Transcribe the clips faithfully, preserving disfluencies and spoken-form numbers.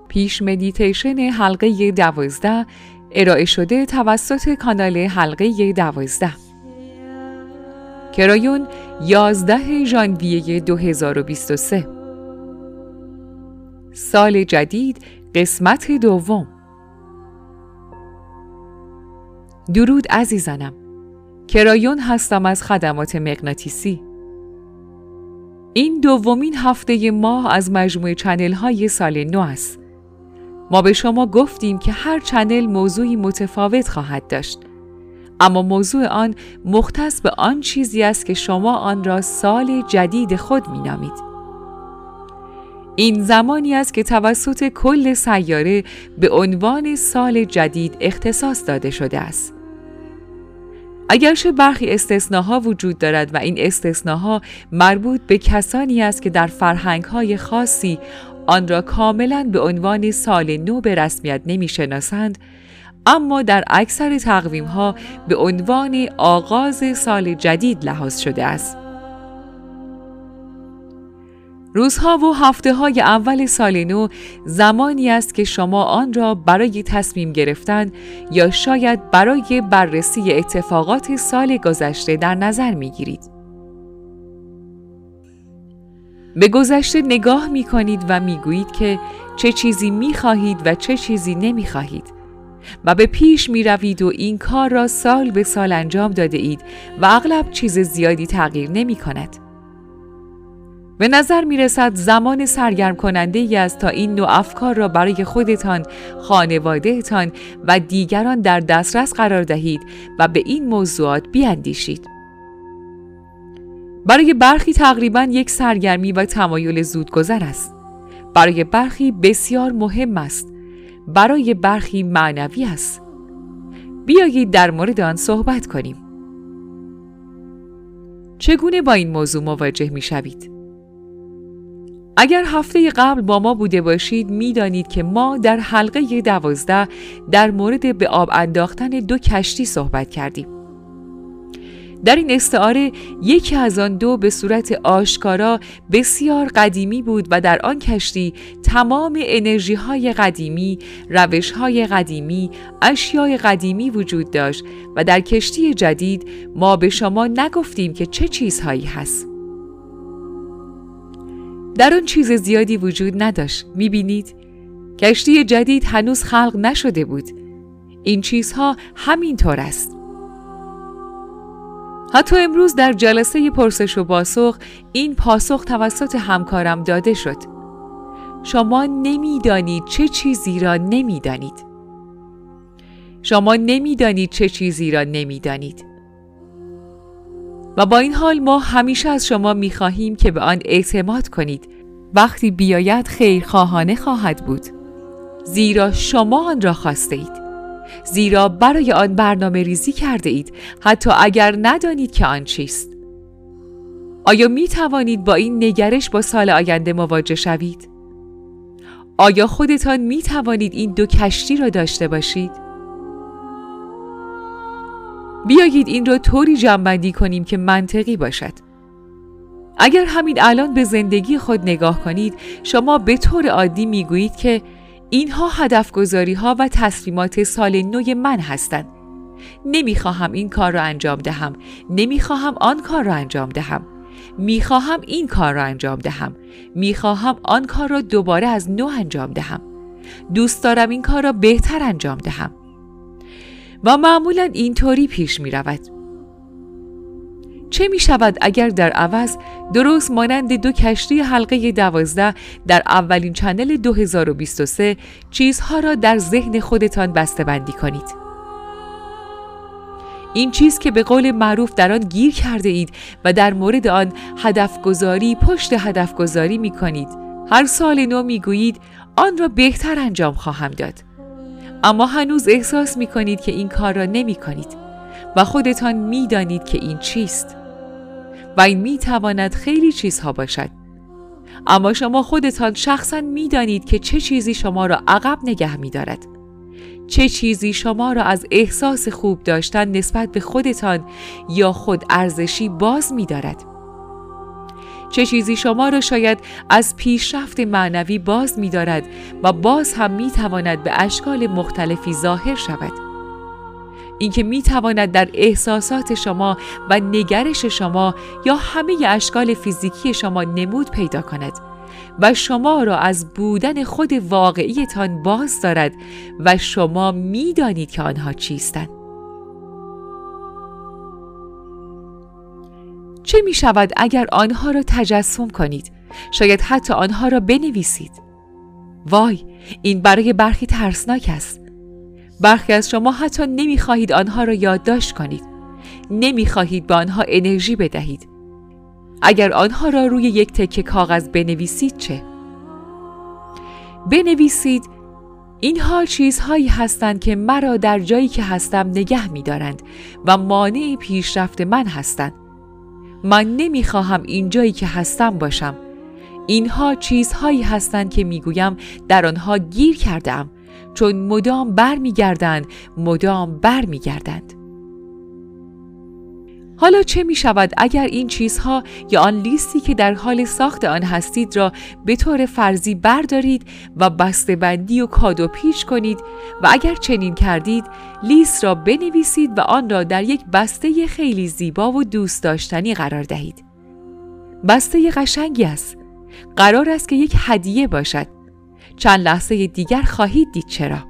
پیش مدیتیشن حلقه دوازده ارائه شده توسط کانال حلقه دوازده. کرایون یازده ژانویه دو هزار و بیست و سه. سال جدید قسمت دوم. درود عزیزانم، کرایون هستم از خدمات مغناطیسی. این دومین هفته ماه از مجموعه چنل های سال نو است. ما به شما گفتیم که هر چنل موضوعی متفاوت خواهد داشت، اما موضوع آن مختص به آن چیزی است که شما آن را سال جدید خود می نامید. این زمانی است که توسط کل سیاره به عنوان سال جدید اختصاص داده شده است. اگرچه برخی استثناها وجود دارد و این استثناها مربوط به کسانی است که در فرهنگ‌های خاصی آن را کاملاً به عنوان سال نو به رسمیت نمی‌شناسند، اما در اکثر تقویم‌ها به عنوان آغاز سال جدید لحاظ شده است. روزها و هفته‌های اول سال نو زمانی است که شما آن را برای تصمیم گرفتن یا شاید برای بررسی اتفاقات سال گذشته در نظر می‌گیرید. به گذشته نگاه می‌کنید و می‌گویید که چه چیزی می‌خواهید و چه چیزی نمی‌خواهید و به پیش می‌روید و این کار را سال به سال انجام داده اید و اغلب چیز زیادی تغییر نمی‌کند. به نظر می رسد زمان سرگرم کننده ای است تا این نوع افکار را برای خودتان، خانوادهتان و دیگران در دسترس قرار دهید و به این موضوعات بیاندیشید. برای برخی تقریباً یک سرگرمی و تمایل زودگذر است. برای برخی بسیار مهم است. برای برخی معنوی است. بیایید در مورد آن صحبت کنیم. چگونه با این موضوع مواجه می شوید؟ اگر هفته قبل با ما بوده باشید می‌دانید که ما در حلقه دوازده در مورد به آب انداختن دو کشتی صحبت کردیم. در این استعاره یکی از آن دو به صورت آشکارا بسیار قدیمی بود و در آن کشتی تمام انرژی‌های قدیمی، روش‌های قدیمی، اشیای قدیمی وجود داشت و در کشتی جدید ما به شما نگفتیم که چه چیزهایی هست. در آن چیز زیادی وجود نداشت. می‌بینید؟ کشتی جدید هنوز خلق نشده بود. این چیزها همینطور است. حتی امروز در جلسه پرسش و پاسخ این پاسخ توسط همکارم داده شد. شما نمی‌دانید چه چیزی را نمی‌دانید. شما نمی‌دانید چه چیزی را نمی‌دانید. و با این حال ما همیشه از شما می‌خواهیم که به آن اعتماد کنید. وقتی بیاید خیرخواهانه خواهد بود. زیرا شما آن را خواسته اید. زیرا برای آن برنامه ریزی کرده اید، حتی اگر ندانید که آن چیست. آیا می توانید با این نگرش با سال آینده مواجه شوید؟ آیا خودتان می توانید این دو کشتی را داشته باشید؟ بیایید این را طوری جمع‌بندی کنیم که منطقی باشد. اگر همین الان به زندگی خود نگاه کنید، شما به طور عادی میگویید که اینها هدفگذاری‌ها و تصمیمات سال نو من هستند. نمیخواهم این کار را انجام دهم، نمیخواهم آن کار را انجام دهم، میخواهم این کار را انجام دهم، میخواهم آن کار را دوباره از نو انجام دهم، دوست دارم این کار را بهتر انجام دهم. و معمولاً اینطوری پیش می رود. چه می شود اگر در عوض درست مانند دو کشتی حلقه دوازده در اولین چنل دو هزار و بیست و سه چیزها را در ذهن خودتان بسته بندی کنید؟ این چیز که به قول معروف در آن گیر کرده اید و در مورد آن هدفگذاری پشت هدفگذاری می کنید. هر سال نو می گویید آن را بهتر انجام خواهم داد. اما هنوز احساس می کنید که این کار را نمی کنید و خودتان می دانید که این چیست. و این می تواند خیلی چیزها باشد. اما شما خودتان شخصا می دانید که چه چیزی شما را عقب نگه می دارد. چه چیزی شما را از احساس خوب داشتن نسبت به خودتان یا خود ارزشی باز می دارد. چه چیزی شما را شاید از پیشرفت معنوی باز می دارد و باز هم می تواند به اشکال مختلفی ظاهر شود. اینکه می تواند در احساسات شما و نگرش شما یا همه اشکال فیزیکی شما نمود پیدا کند و شما را از بودن خود واقعیتان باز دارد و شما می دانید که آنها چیستند. چه می شود اگر آنها را تجسم کنید؟ شاید حتی آنها را بنویسید. وای، این برای برخی ترسناک است. برخی از شما حتی نمی خواهید آنها را یادداشت کنید. نمی خواهید به آنها انرژی بدهید. اگر آنها را روی یک تکه کاغذ بنویسید چه؟ بنویسید اینها چیزهایی هستند که مرا در جایی که هستم نگه می دارند و مانع پیشرفت من هستند. من نمی خواهم این جایی که هستم باشم. اینها چیزهایی هستند که می گویم در آنها گیر کردم، چون مدام بر می گردند، مدام بر می گردند. حالا چه می شود اگر این چیزها یا آن لیستی که در حال ساخت آن هستید را به طور فرضی بردارید و بسته‌بندی و کاد و پیچ کنید و اگر چنین کردید لیست را بنویسید و آن را در یک بسته خیلی زیبا و دوست داشتنی قرار دهید. بسته قشنگی است. قرار است که یک هدیه باشد. چند لحظه دیگر خواهید دید چرا.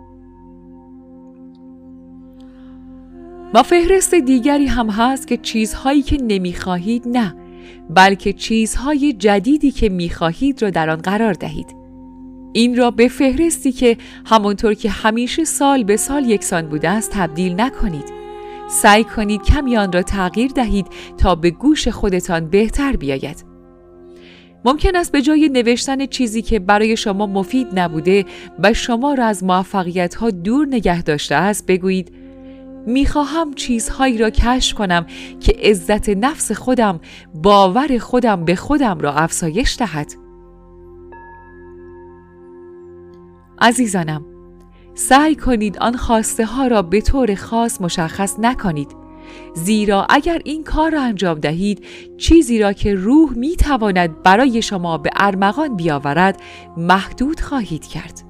و فهرست دیگری هم هست که چیزهایی که نمیخواهید نه، بلکه چیزهای جدیدی که میخواهید را در آن قرار دهید. این را به فهرستی که همانطور که همیشه سال به سال یکسان بوده است تبدیل نکنید. سعی کنید کمی آن را تغییر دهید تا به گوش خودتان بهتر بیاید. ممکن است به جای نوشتن چیزی که برای شما مفید نبوده و شما را از موفقیت‌ها دور نگه داشته است بگویید میخواهم چیزهایی را کشف کنم که عزت نفس خودم، باور خودم به خودم را افزایش دهد. عزیزانم، سعی کنید آن خواسته ها را به طور خاص مشخص نکنید، زیرا اگر این کار را انجام دهید چیزی را که روح میتواند برای شما به ارمغان بیاورد محدود خواهید کرد.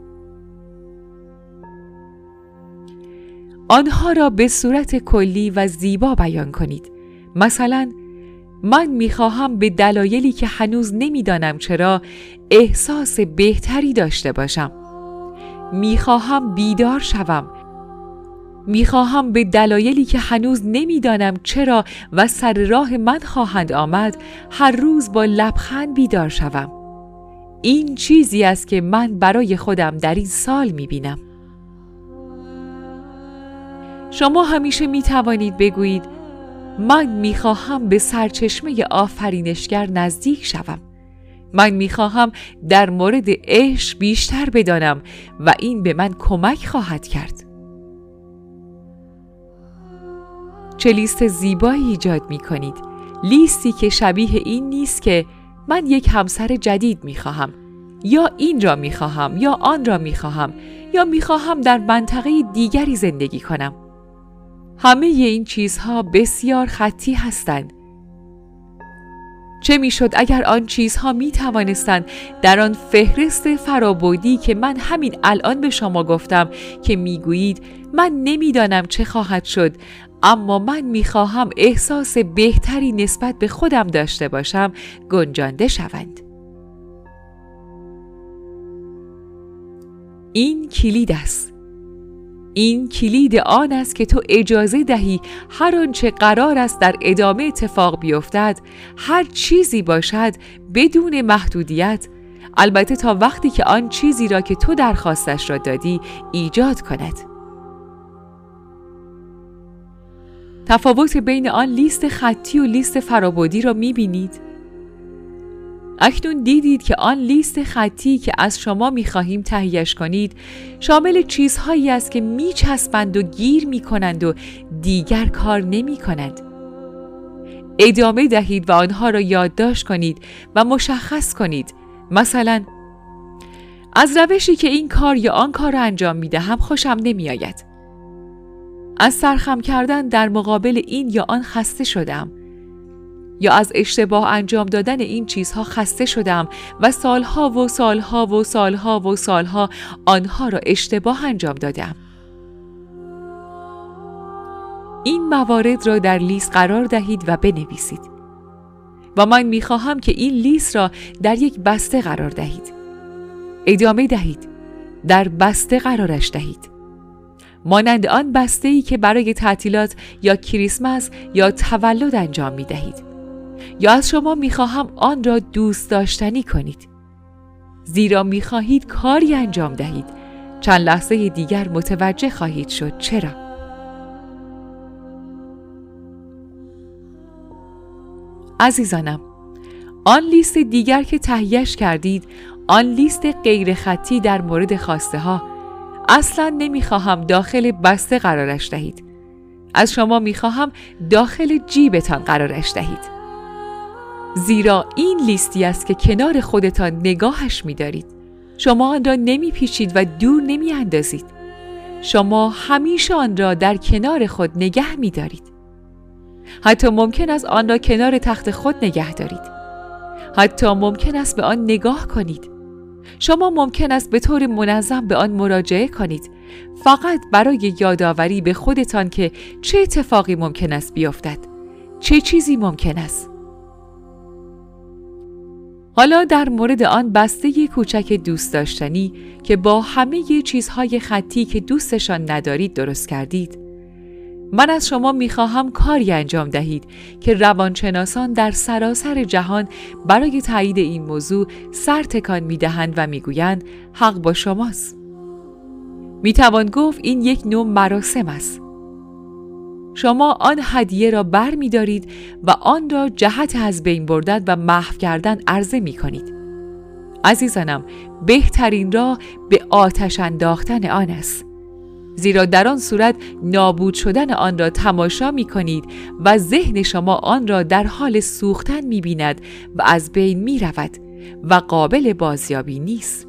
آنها را به صورت کلی و زیبا بیان کنید. مثلا من میخواهم به دلایلی که هنوز نمیدانم چرا احساس بهتری داشته باشم. میخواهم بیدار شوم. میخواهم به دلایلی که هنوز نمیدانم چرا و سر راه من خواهند آمد هر روز با لبخند بیدار شوم. این چیزی است که من برای خودم در این سال میبینم. شما همیشه می توانید بگویید من می خواهم به سرچشمه آفرینشگر نزدیک شوم. من می خواهم در مورد عشق بیشتر بدانم و این به من کمک خواهد کرد. چه لیست زیبایی ایجاد می کنید. لیستی که شبیه این نیست که من یک همسر جدید می خواهم، یا این را می خواهم، یا آن را می خواهم، یا می خواهم در منطقه دیگری زندگی کنم. همه این چیزها بسیار خطی هستند. چه میشد اگر آن چیزها می توانستند در آن فهرست فرابودی که من همین الان به شما گفتم که میگویید من نمیدانم چه خواهد شد اما من میخواهم احساس بهتری نسبت به خودم داشته باشم گنجانده شوند. این کلید است. این کلید آن است که تو اجازه دهی هر آنچه قرار است در ادامه اتفاق بیفتد، هر چیزی باشد بدون محدودیت، البته تا وقتی که آن چیزی را که تو درخواستش را دادی ایجاد کند. تفاوت بین آن لیست خطی و لیست فرابودی را می‌بینید؟ اکنون دیدید که آن لیست خطی که از شما می‌خواهیم تهیه‌اش کنید شامل چیزهایی است که می‌چسبند و گیر می‌کنند و دیگر کار نمی‌کنند. ادامه دهید و آنها را یادداشت کنید و مشخص کنید. مثلا از روشی که این کار یا آن کار را انجام می‌دهم خوشم نمی‌آید. از سرخم کردن در مقابل این یا آن خسته شدم. یا از اشتباه انجام دادن این چیزها خسته شدم و سالها و سالها و سالها و سالها آنها را اشتباه انجام دادم. این موارد را در لیست قرار دهید و بنویسید. و من می‌خواهم که این لیست را در یک بسته قرار دهید. ادامه دهید. در بسته قرارش دهید. مانند آن بسته‌ای که برای تعطیلات یا کریسمس یا تولد انجام می‌دهید. یا از شما می‌خواهم آن را دوست داشتنی کنید. زیرا می‌خواهید کاری انجام دهید. چند لحظه دیگر متوجه خواهید شد چرا. عزیزانم، آن لیست دیگر که تهیه‌اش کردید، آن لیست غیر خطی در مورد خواسته ها، اصلا نمیخواهم داخل بسته قرارش دهید. از شما میخواهم داخل جیبتان قرارش دهید. زیرا این لیستی است که کنار خودتان نگاهش می‌دارید. شما آن را نمی‌پیچید و دور نمی‌اندازید. شما همیشه آن را در کنار خود نگه می‌دارید. حتی ممکن است آن را کنار تخت خود نگه دارید. حتی ممکن است به آن نگاه کنید. شما ممکن است به طور منظم به آن مراجعه کنید، فقط برای یادآوری به خودتان که چه اتفاقی ممکن است بیفتد، چه چیزی ممکن است. حالا در مورد آن بسته کوچک دوست داشتنی که با همه چیزهای خطی که دوستشان ندارید درست کردید، من از شما میخواهم کاری انجام دهید که روانشناسان در سراسر جهان برای تایید این موضوع سر تکان میدهند و میگویند حق با شماست. میتوان گفت این یک نوع مراسم است. شما آن هدیه را بر می دارید و آن را جهت از بین بردن و محو کردن عرضه می کنید. عزیزانم، بهترین راه به آتش انداختن آن است. زیرا در آن صورت نابود شدن آن را تماشا می کنید و ذهن شما آن را در حال سوختن می بیند و از بین می رود و قابل بازیابی نیست.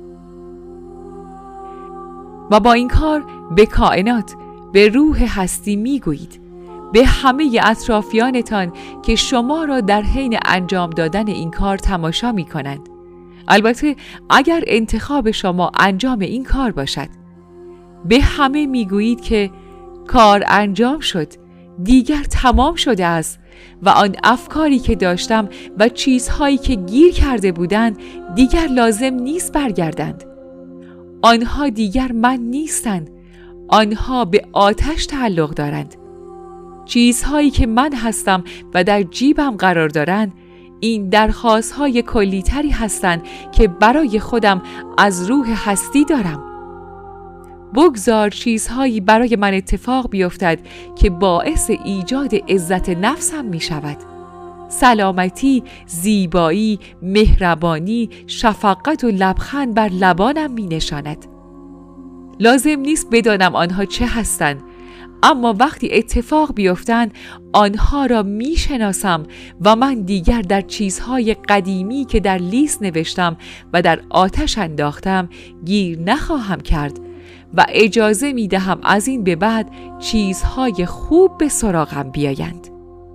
و با این کار به کائنات، به روح هستی می گویید، به همه اطرافیانتان که شما را در حین انجام دادن این کار تماشا می کنند. البته اگر انتخاب شما انجام این کار باشد. به همه می گویید که کار انجام شد، دیگر تمام شده است و آن افکاری که داشتم و چیزهایی که گیر کرده بودند دیگر لازم نیست برگردند. آنها دیگر من نیستند. آنها به آتش تعلق دارند. چیزهایی که من هستم و در جیبم قرار دارند، این درخواست‌های کلی‌تری هستند که برای خودم از روح هستی دارم. بگذار چیزهایی برای من اتفاق بیفتد که باعث ایجاد عزت نفسم می شود. سلامتی، زیبایی، مهربانی، شفقت و لبخند بر لبانم می نشاند. لازم نیست بدانم آنها چه هستند، اما وقتی اتفاق بیفتند آنها را می شناسم و من دیگر در چیزهای قدیمی که در لیست نوشتم و در آتش انداختم گیر نخواهم کرد و اجازه می دهم از این به بعد چیزهای خوب به سراغم بیایند.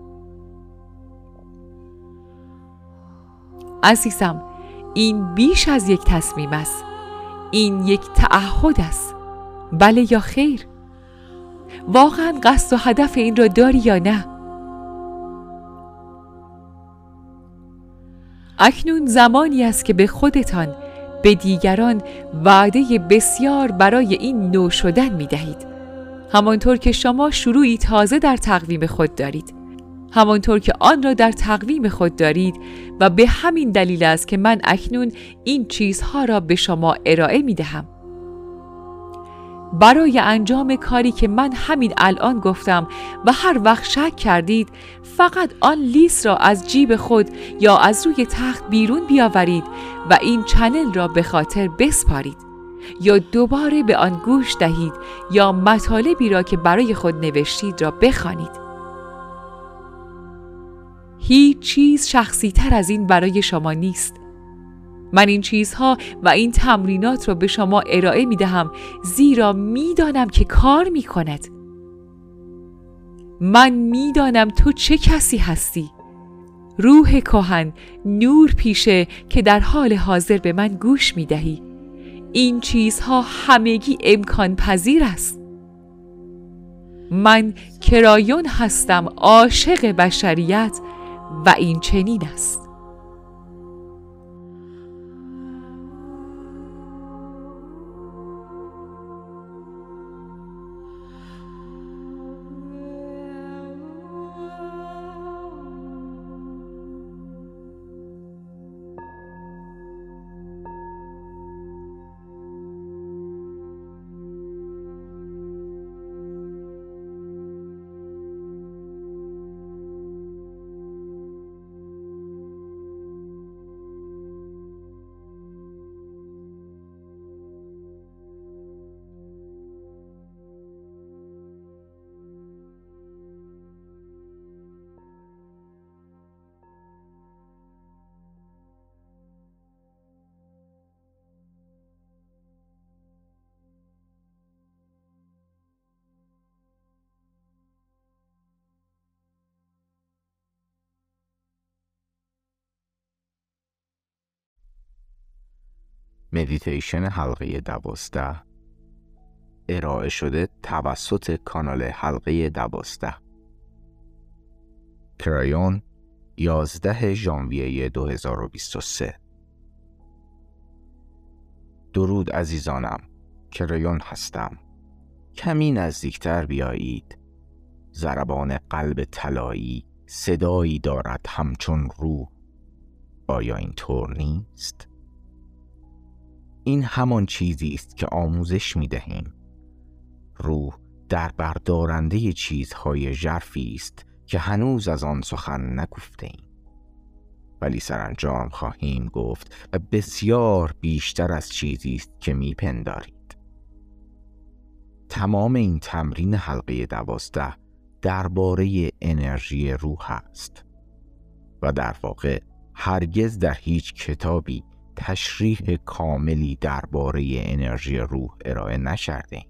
عزیزم، این بیش از یک تصمیم است. این یک تعهد است. بله یا خیر؟ واقعا قصد و هدف این را داری یا نه؟ اکنون زمانی است که به خودتان، به دیگران وعده بسیار برای این نو شدن می دهید. همانطور که شما شروعی تازه در تقویم خود دارید. همانطور که آن را در تقویم خود دارید و به همین دلیل است که من اکنون این چیزها را به شما ارائه می دهم. برای انجام کاری که من همین الان گفتم و هر وقت شک کردید، فقط آن لیست را از جیب خود یا از روی تخت بیرون بیاورید و این چنل را به خاطر بسپارید یا دوباره به آن گوش دهید یا مطالبی را که برای خود نوشتید را بخوانید. هیچ چیز شخصی تر از این برای شما نیست. من این چیزها و این تمرینات را به شما ارائه می دهم زیرا می دانم که کار می کند. من می دانم تو چه کسی هستی. روح کهن، نور پیشه که در حال حاضر به من گوش می دهی. این چیزها همگی امکان پذیر است. من کرایون هستم، عاشق بشریت، و این چنین است. مدیتیشن حلقه دوازده ارائه شده توسط کانال حلقه دوازده. کرایون، یازده ژانویه دو هزار و بیست و سه. درود عزیزانم، کرایون هستم. کمی نزدیکتر بیایید. ضربان قلب طلایی صدایی دارد همچون روح. آیا این طور نیست؟ این همان چیزی است که آموزش می دهیم. روح در بردارنده چیزهای ژرفی است که هنوز از آن سخن نگفته ایم، ولی سرانجام خواهیم گفت و بسیار بیشتر از چیزی است که می پندارید. تمام این تمرین حلقه دوازده درباره انرژی روح است و در واقع هرگز در هیچ کتابی تشریح کاملی درباره انرژی روح ارائه نشده‌ایم.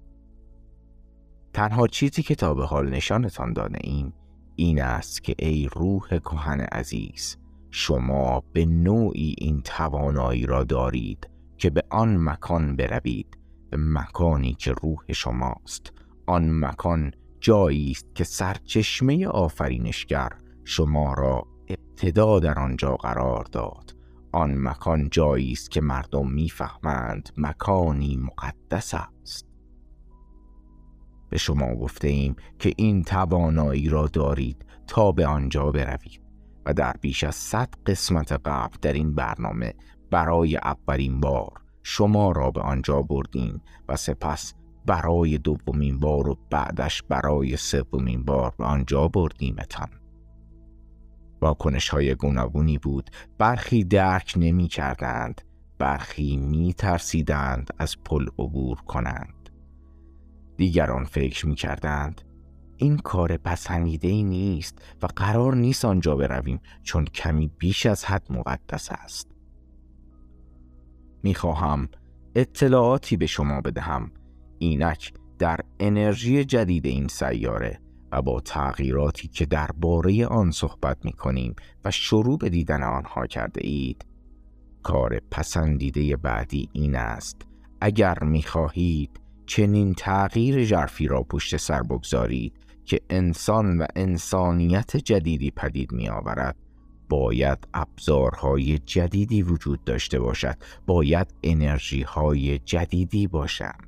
تنها چیزی که تا به حال نشانتان داده ایم این است که ای روح کهن عزیز، شما به نوعی این توانایی را دارید که به آن مکان بروید، به مکانی که روح شماست. آن مکان جایی است که سرچشمه آفرینشگر شما را ابتدا در آنجا قرار داد. آن مکان جایی است که مردم میفهمند مکانی مقدس است. به شما گفته ایم که این توانایی را دارید تا به آنجا بروید و در بیش از صد قسمت قبل در این برنامه برای اولین بار شما را به آنجا بردیم و سپس برای دومین بار و بعدش برای سومین بار به آنجا بردیمتان. واکنش های گوناگونی بود. برخی درک نمی کردند، برخی می ترسیدند از پل عبور کنند. دیگران فکر می کردند این کار پسندیده‌ای نیست و قرار نیست آنجا برویم چون کمی بیش از حد مقدس است. می خواهم اطلاعاتی به شما بدهم. اینک در انرژی جدید این سیاره و با تغییراتی که درباره آن صحبت می کنیم و شروع به دیدن آنها کرده اید، کار پسندیده بعدی این است: اگر می خواهید چنین تغییر ژرفی را پشت سر بگذارید که انسان و انسانیت جدیدی پدید می آورد، باید ابزارهای جدیدی وجود داشته باشد، باید انرژیهای جدیدی باشند.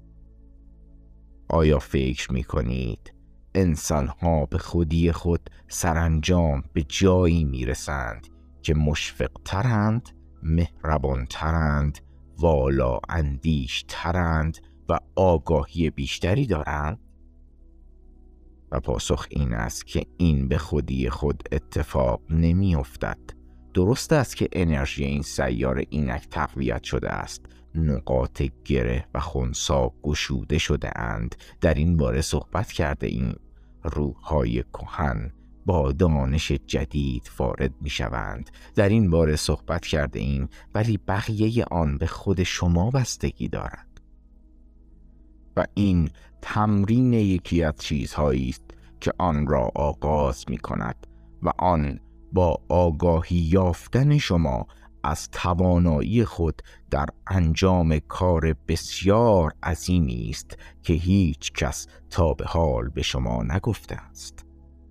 آیا فکر می کنید انسان‌ها به خودی خود سرانجام به جایی میرسند که مشفق‌ترند، مهربان‌ترند، والا اندیش‌ترند و آگاهی بیشتری دارند؟ و پاسخ این است که این به خودی خود اتفاق نمی افتد. درست است که انرژی این سیاره اینک تقویت شده است. نقاط گره و خنثی گشوده شده اند. در این باره صحبت کرده این روح‌های کهن با دانش جدید وارد می شوند. در این باره صحبت کرده ایم، ولی بقیه آن به خود شما بستگی دارد. و این تمرین یکی از چیزهایی است که آن را آغاز می کند و آن با آگاهی یافتن شما از توانایی خود در انجام کار بسیار عظیمی است که هیچ کس تا به حال به شما نگفته است.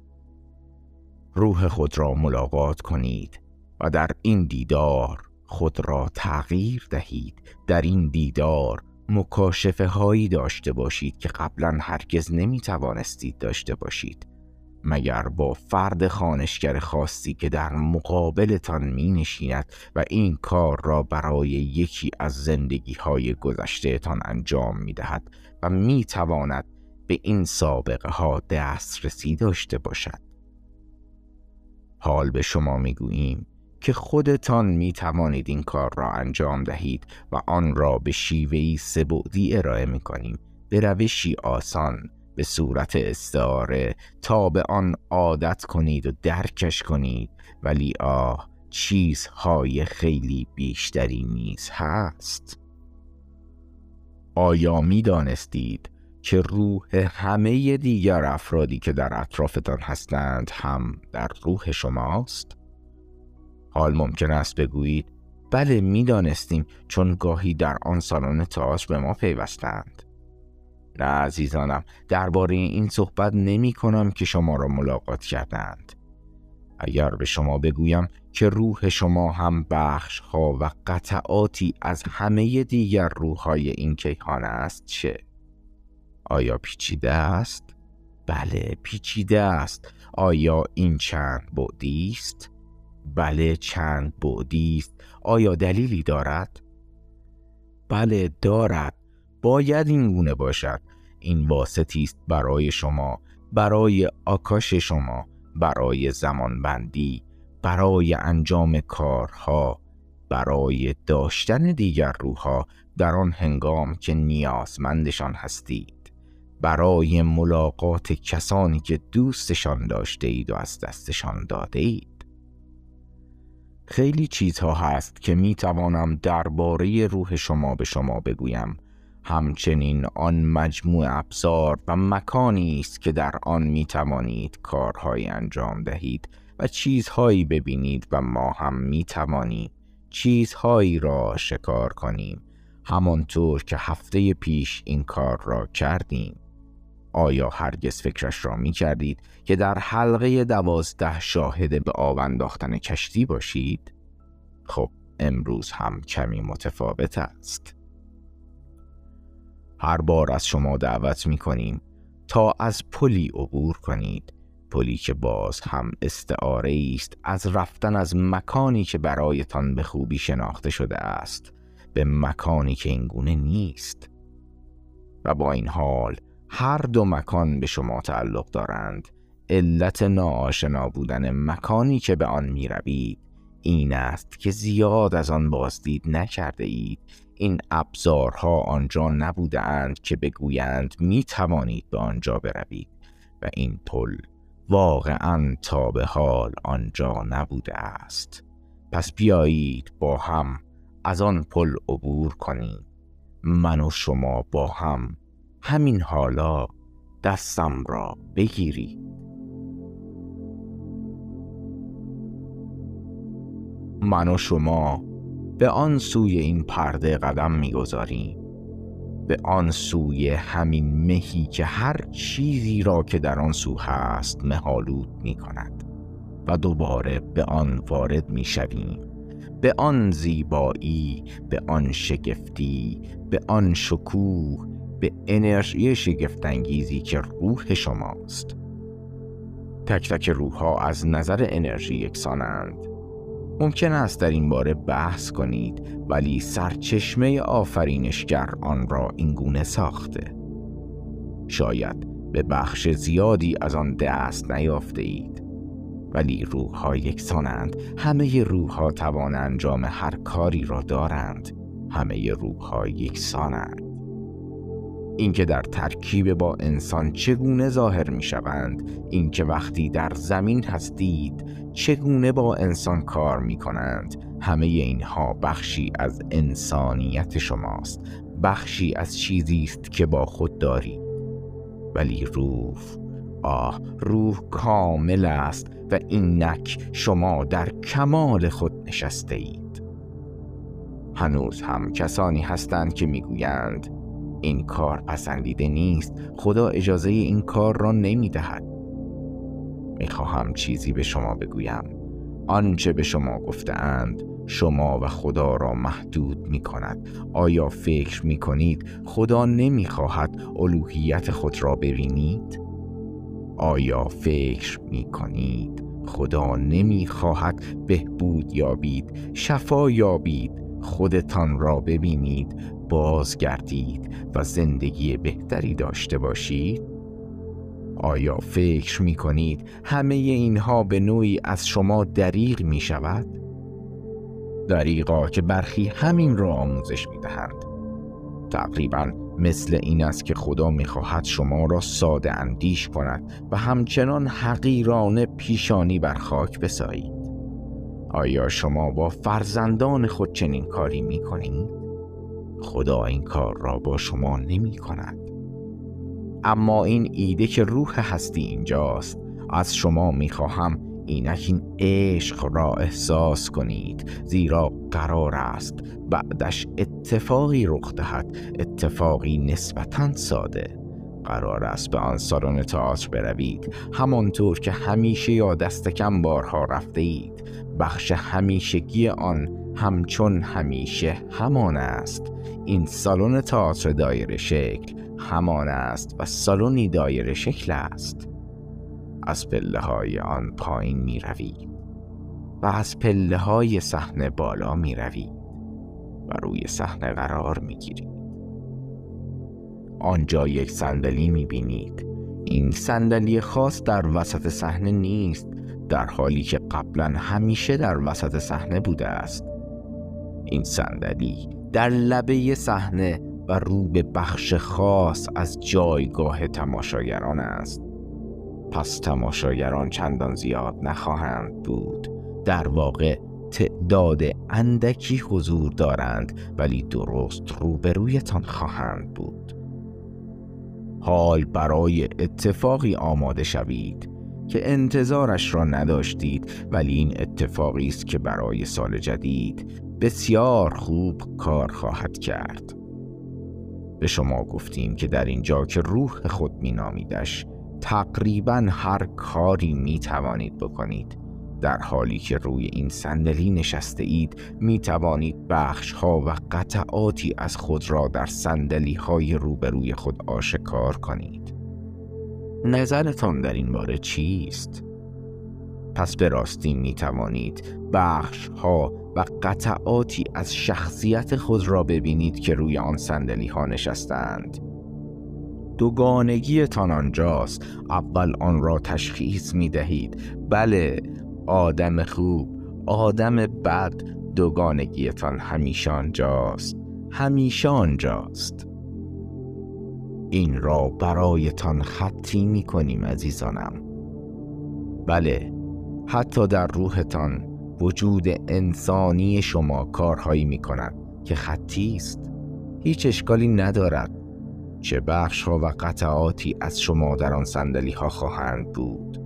روح خود را ملاقات کنید و در این دیدار خود را تغییر دهید. در این دیدار مکاشفه هایی داشته باشید که قبلا هرگز نمی توانستید داشته باشید، مگر با فرد خوانشگر خاصی که در مقابلتان می نشیند و این کار را برای یکی از زندگی های گذشته تان انجام می دهد و می تواند به این سابقه ها دسترسی داشته باشد. حال به شما می گوییم که خودتان می توانید این کار را انجام دهید و آن را به شیوهی سه‌بعدی ارائه می کنیم، به روشی آسان، به صورت استعاره، تا به آن عادت کنید و درکش کنید. ولی آه، چیزهای خیلی بیشتری نیز هست. آیا می دانستید که روح همه دیگر افرادی که در اطرافتان هستند هم در روح شماست؟ حال ممکن است بگویید بله می دانستیم، چون گاهی در آن سالن تئاتر به ما پیوستند. نه عزیزانم، درباره این صحبت نمی کنم که شما را ملاقات کردند. اگر به شما بگویم که روح شما هم بخش ها و قطعاتی از همه دیگر روح های این کیهان است چه؟ آیا پیچیده است؟ بله پیچیده است. آیا این چند بعدی است؟ بله چند بعدی است. آیا دلیلی دارد؟ بله دارد. باید این گونه باشد. این واسطی است برای شما، برای آکاش شما، برای زمانبندی، برای انجام کارها، برای داشتن دیگر روحها در آن هنگام که نیازمندشان هستید، برای ملاقات کسانی که دوستشان داشته اید و از دستشان داده اید. خیلی چیزها هست که می توانم درباره روح شما به شما بگویم. همچنین آن مجموع ابزار و مکانی است که در آن می توانید کارهایی انجام دهید و چیزهایی ببینید و ما هم می توانیم چیزهایی را شکار کنیم، همانطور که هفته پیش این کار را کردیم. آیا هرگز فکرش را می کردید که در حلقه دوازده شاهد به آب انداختن کشتی باشید؟ خب امروز هم کمی متفاوت است. هر بار از شما دعوت می کنیم تا از پلی عبور کنید، پلی که باز هم استعاره است از رفتن از مکانی که برایتان به خوبی شناخته شده است به مکانی که اینگونه نیست. و با این حال هر دو مکان به شما تعلق دارند. علت ناآشنا بودن مکانی که به آن می روید این است که زیاد از آن بازدید نکرده اید. این ابزارها آنجا نبودند که بگویند می توانید به آنجا بروید و این پل واقعاً تا به حال آنجا نبوده است. پس بیایید با هم از آن پل عبور کنیم. من و شما با هم همین حالا دستم را بگیرید. من و شما به آن سوی این پرده قدم می‌گذاریم، به آن سوی همین مهی که هر چیزی را که در آن سو هست مه‌آلود می‌کند و دوباره به آن وارد می‌شویم، به آن زیبایی، به آن شگفتی، به آن شکوه، به انرژی شگفت‌انگیزی که روح شماست. تک تک روح‌ها از نظر انرژی یکسانند. ممکن است در این باره بحث کنید، ولی سرچشمه آفرینشگر آن را اینگونه ساخته. شاید به بخش زیادی از آن دست نیافته اید، ولی روح‌ها یکسانند. همه روح‌ها توان انجام هر کاری را دارند. همه روح‌ها یکسانند. اینکه در ترکیب با انسان چگونه ظاهر می شوند، اینکه وقتی در زمین هستید چگونه با انسان کار می کنند، همه اینها بخشی از انسانیت شماست، بخشی از چیزی است که با خود دارید. ولی روح، آه، روح کامل است و اینک شما در کمال خود نشسته اید. هنوز هم کسانی هستند که میگویند این کار پسندیده نیست، خدا اجازه این کار را نمیدهد. میخواهم چیزی به شما بگویم. آنچه به شما گفتند شما و خدا را محدود می کند. آیا فکر می کنید خدا نمی خواهد الوهیت خود را ببینید؟ آیا فکر می کنید خدا نمی خواهد بهبود یابید، شفا یابید، خودتان را ببینید، بازگردید و زندگی بهتری داشته باشید؟ آیا فکر می کنید همه اینها به نوعی از شما دریغ می شود؟ دریغا که برخی همین را آموزش می دهند. تقریبا مثل این است که خدا می خواهد شما را ساده اندیش کند و همچنان حقیرانه پیشانی بر خاک بسایید. آیا شما با فرزندان خود چنین کاری می کنید؟ خدا این کار را با شما نمی کند. اما این ایده که روح هستی اینجاست، از شما میخواهم اینک این عشق را احساس کنید، زیرا قرار است بعدش اتفاقی رخ دهد، اتفاقی نسبتاً ساده. قرار است به آن سالن تئاتر بروید، همانطور که همیشه یا دست کم بارها رفته اید. بخش همیشگی آن همچون همیشه همان است. این سالن تئاتر دایره شکل همان است و سالنی دایره شکل است. از پله های آن پایین می روید و از پله های صحنه بالا می روید و روی صحنه قرار می گیرید. آنجا یک صندلی می بینید. این صندلی خاص در وسط صحنه نیست، در حالی که قبلا همیشه در وسط صحنه بوده است. این صندلی در لبه صحنه و رو به بخش خاص از جایگاه تماشاگران است. پس تماشاگران چندان زیاد نخواهند بود. در واقع تعداد اندکی حضور دارند، ولی درست روبرویتان خواهند بود. حال برای اتفاقی آماده شوید که انتظارش را نداشتید، ولی این اتفاقی است که برای سال جدید بسیار خوب کار خواهد کرد. به شما گفتیم که در اینجا که روح خود می نامیدش، تقریباً هر کاری می توانید بکنید. در حالی که روی این صندلی نشسته اید، می توانید بخش ها و قطعاتی از خود را در صندلی های روبروی خود آشکار کنید. نظرتان در این باره چیست؟ پس به راستی می توانید بخش ها و قطعاتی از شخصیت خود را ببینید که روی آن صندلی ها نشستند. دوگانگیتان آنجاست. اول آن را تشخیص می دهید. بله، آدم خوب، آدم بد، دوگانگیتان همیشه آنجاست. همیشه آنجاست. این را برایتان خطی می کنیم عزیزانم. بله، حتی در روحتان وجود انسانی شما کارهایی می کند که خطی است. هیچ اشکالی ندارد. چه بخش ها و قطعاتی از شما در آن صندلی ها خواهند بود.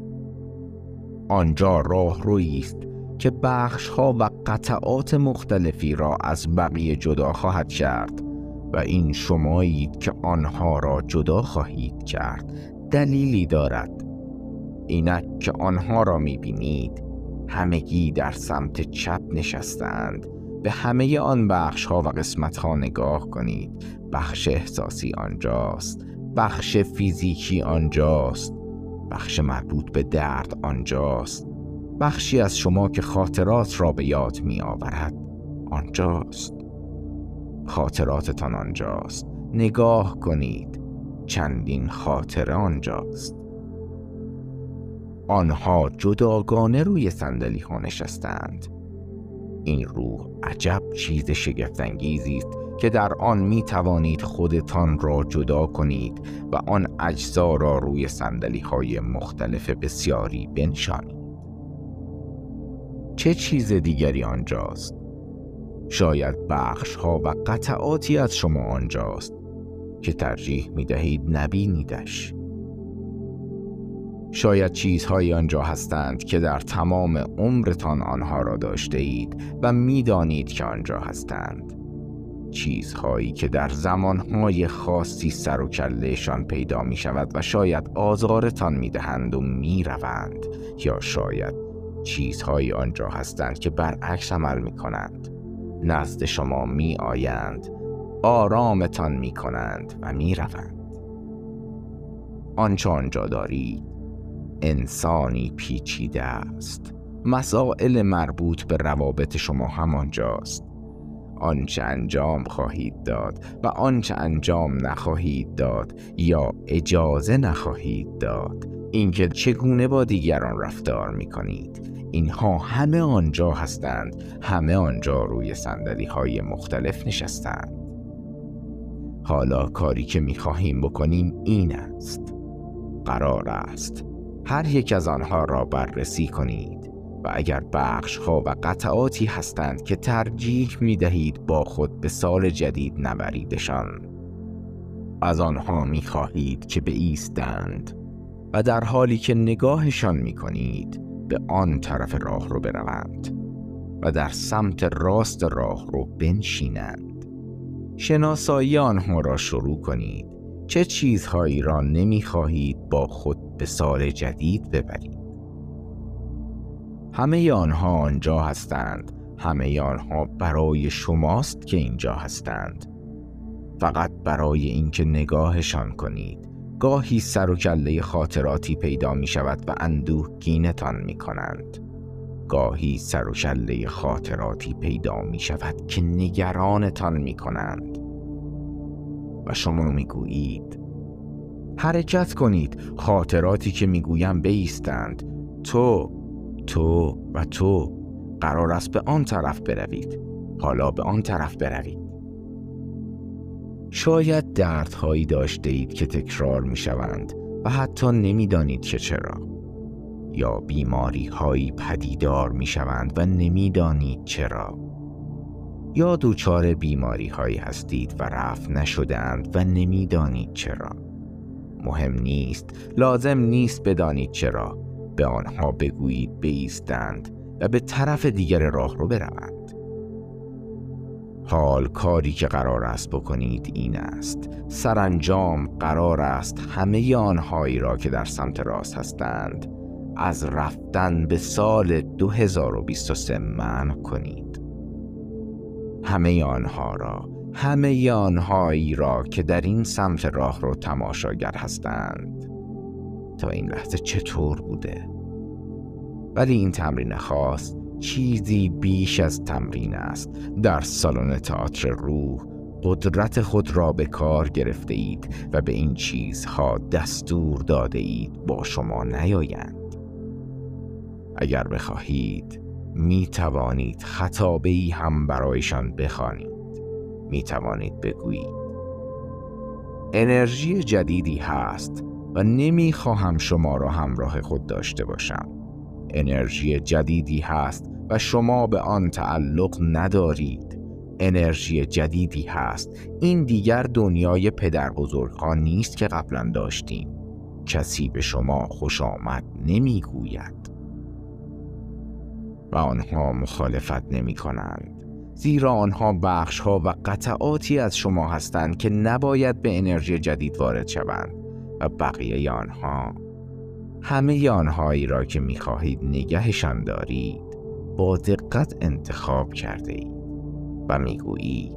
آنجا راه رویی است که بخش ها و قطعات مختلفی را از بقیه جدا خواهد کرد و این شمایید که آنها را جدا خواهید کرد. دلیلی دارد. اینک که آنها را میبینید همگی در سمت چپ نشستند. به همه آن بخش ها و قسمت ها نگاه کنید. بخش احساسی آنجاست، بخش فیزیکی آنجاست، بخش مربوط به درد آنجاست، بخشی از شما که خاطرات را به یاد می آورد آنجاست. خاطراتتان آنجاست. نگاه کنید، چندین خاطره آنجاست. آنها جداگانه روی صندلی ها نشستند. این روح عجب چیز شگفت‌انگیزی است که در آن می توانید خودتان را جدا کنید و آن اجزا را روی صندلی های مختلف بسیاری بنشانید. چه چیز دیگری آنجاست؟ شاید بخش ها و قطعاتی از شما آنجاست که ترجیح می دهید نبینیدش. شاید چیزهایی آنجا هستند که در تمام عمرتان آنها را داشته اید و می‌دانید که آنجا هستند. چیزهایی که در زمانهای خاصی سر و کله‌شان پیدا می شود و شاید آزارتان می دهند و می روند، یا شاید چیزهایی آنجا هستند که برعکس عمل می کنند. نزد شما می آیند، آرامتان می کنند و می روند. آنچه آنجا دارید انسانی پیچیده است. مسائل مربوط به روابط شما هم آنجاست. آنچه انجام خواهید داد و آنچه انجام نخواهید داد یا اجازه نخواهید داد، اینکه چگونه با دیگران رفتار می کنید، اینها همه آنجا هستند. همه آنجا روی صندلی‌های مختلف نشستند. حالا کاری که می خواهیم بکنیم این است: قرار است هر یک از آنها را بررسی کنید و اگر بخش‌ها و قطعاتی هستند که ترجیح می‌دهید با خود به سال جدید نبریدشان، از آنها می‌خواهید که بایستند و در حالی که نگاهشان می‌کنید به آن طرف راه رو بروند و در سمت راست راه رو بنشینند. شناسایی آنها را شروع کنید. چه چیزهایی را نمی‌خواهید با خود به سال جدید ببرید؟ همه آنها آنجا هستند. همه آنها برای شماست که اینجا هستند. فقط برای اینکه نگاهشان کنید. گاهی سر و کله خاطراتی پیدا می شود و اندوهگینتان می کنند. گاهی سر و کله خاطراتی پیدا می شود که نگرانتان می کنند. و شما می گویید حرکت کنید. خاطراتی که می گویم بایستند. تو تو و تو قرار است به آن طرف بروید. حالا به آن طرف بروید. شاید دردهایی داشته اید که تکرار می شوند و حتی نمی دانید که چرا. یا بیماری هایی پدیدار می شوند و نمی دانید چرا. یا دچار بیماری هایی هستید و رفع نشدند و نمی دانید چرا. مهم نیست. لازم نیست بدانید چرا. به آنها بگویید بایستند و به طرف دیگر راه رو بروند. حال کاری که قرار است بکنید این است: سرانجام قرار است همه آنهایی را که در سمت راست هستند از رفتن به سال دو هزار و بیست و سه منع کنید. همه آنها را، همه آنهایی را که در این سمت راه رو تماشاگر هستند. تا این لحظه چطور بوده؟ ولی این تمرین خاص چیزی بیش از تمرین است. در سالن تئاتر روح قدرت خود را به کار گرفته اید و به این چیزها دستور داده اید با شما نیایند. اگر بخواهید می توانید خطابه‌ای هم برایشان بخوانید. می توانید بگویید انرژی جدیدی هست و نمی خواهم شما را همراه خود داشته باشم. انرژی جدیدی هست و شما به آن تعلق ندارید. انرژی جدیدی هست. این دیگر دنیای پدر بزرگان نیست که قبلا داشتیم. کسی به شما خوش آمد نمی گوید و آنها مخالفت نمی کنند، زیرا آنها بخش‌ها و قطعاتی از شما هستند که نباید به انرژی جدید وارد شوند و بقیه آنها، همه آنهایی را که می خواهید نگهشان دارید با دقت انتخاب کرده اید و می گویید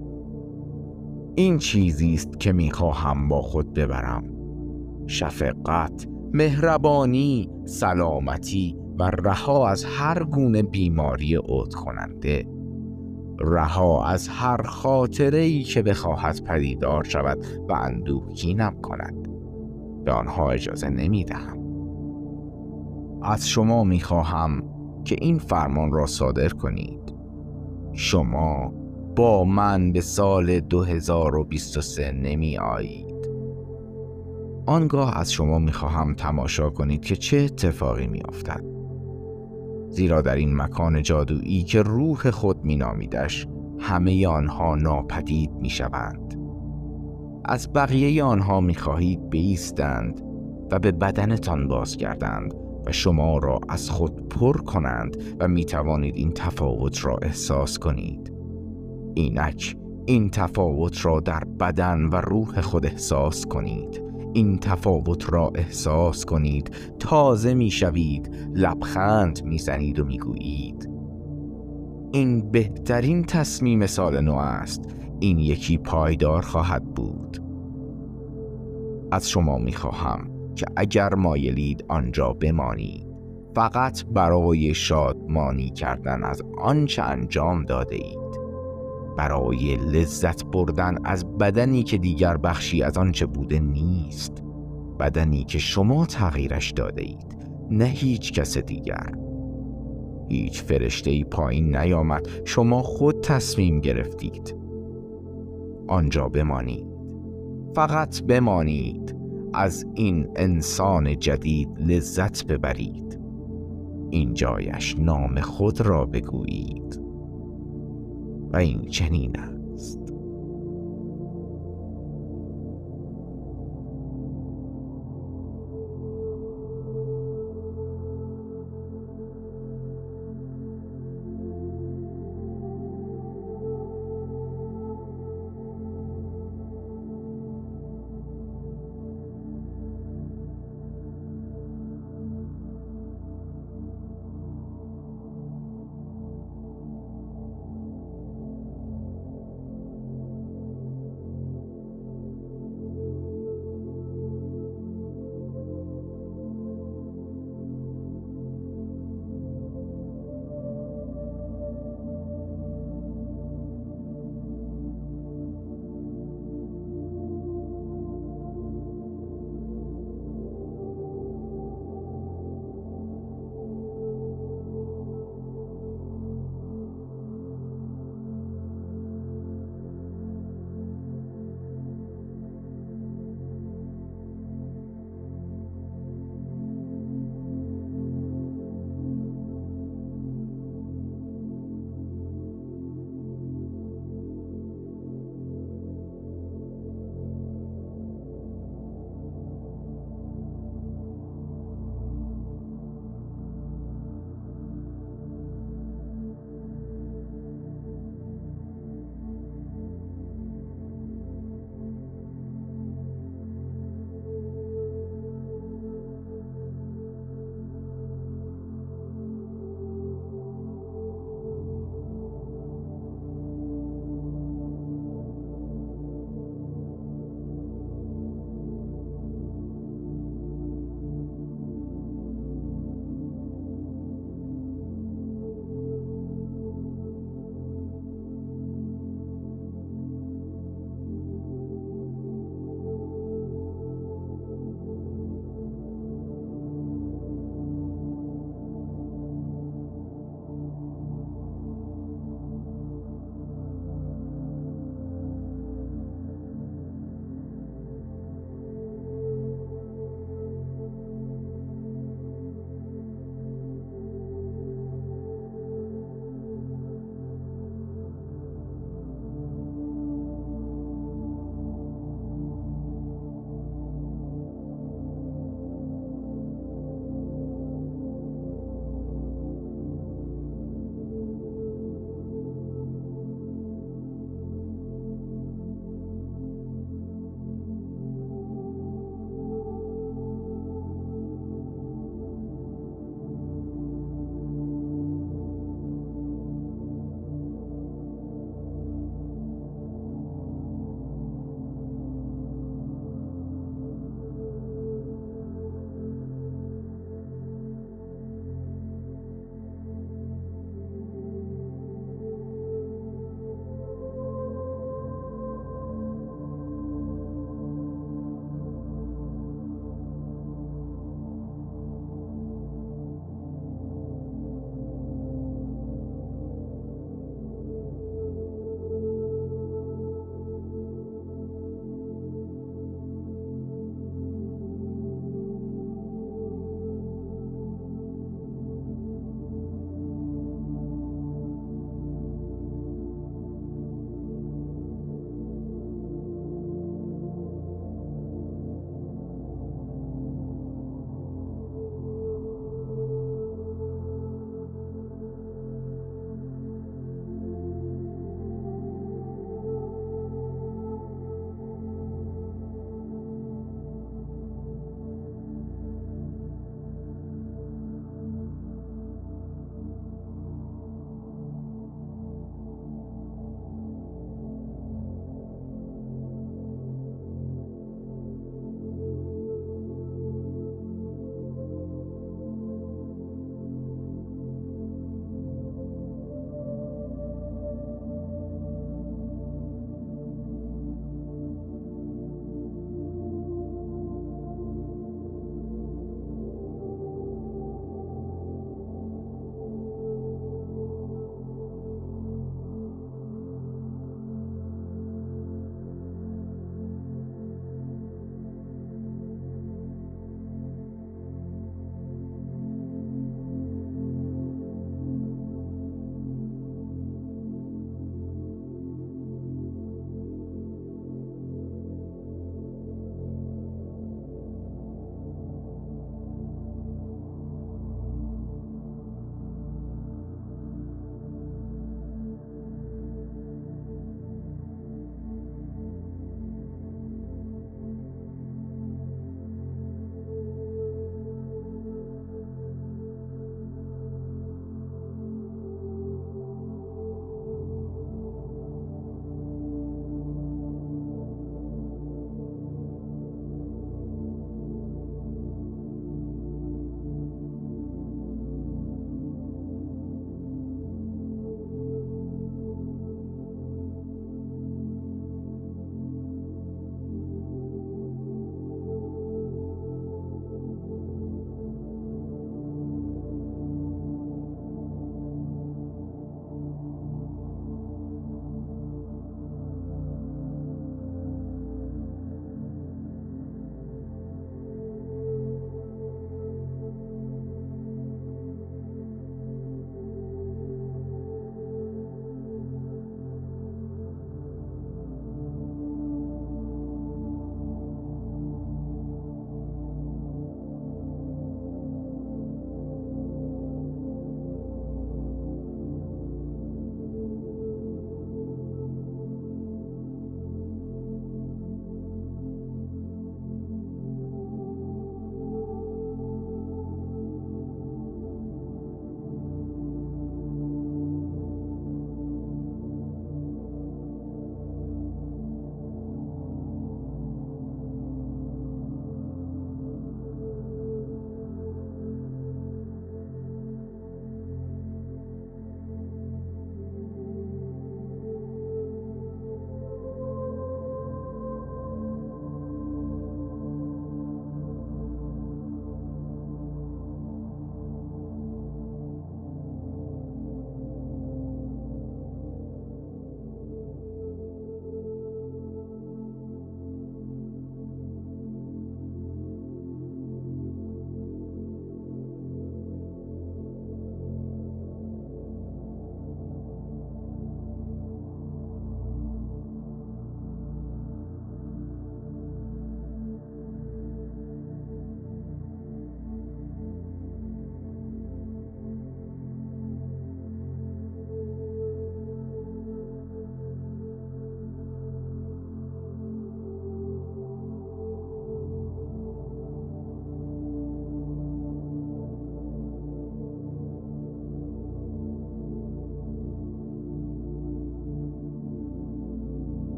این چیزی است که می خواهم با خود ببرم: شفقت، مهربانی، سلامتی و رها از هر گونه بیماری عود کننده. رها از هر خاطره‌ای که بخواهد پدیدار شود و اندوهگینم کند. به آنها اجازه نمی دهم. از شما می خواهم که این فرمان را صادر کنید: شما با من به سال دو هزار و بیست و سه نمی آیید. آنگاه از شما می خواهم تماشا کنید که چه اتفاقی می افتد. زیرا در این مکان جادویی که روح خود می نامیدش، همه آنها ناپدید می شوند. از بقیه آنها می خواهید بایستند و به بدنتان بازگردند و شما را از خود پر کنند و می توانید این تفاوت را احساس کنید. اینک این تفاوت را در بدن و روح خود احساس کنید. این تفاوت را احساس کنید. تازه می شوید، لبخند می زنید و می گویید این بهترین تصمیم سال نو است. این یکی پایدار خواهد بود. از شما می خواهم که اگر مایلید آنجا بمانید، فقط برای شادمانی کردن از آنچه انجام داده اید، برای لذت بردن از بدنی که دیگر بخشی از آنچه بوده نیست، بدنی که شما تغییرش داده اید، نه هیچ کس دیگر. هیچ فرشته‌ای پایین نیامد، شما خود تصمیم گرفتید آنجا بمانید. فقط بمانید، از این انسان جدید لذت ببرید. این جایش نام خود را بگویید و این چنین است.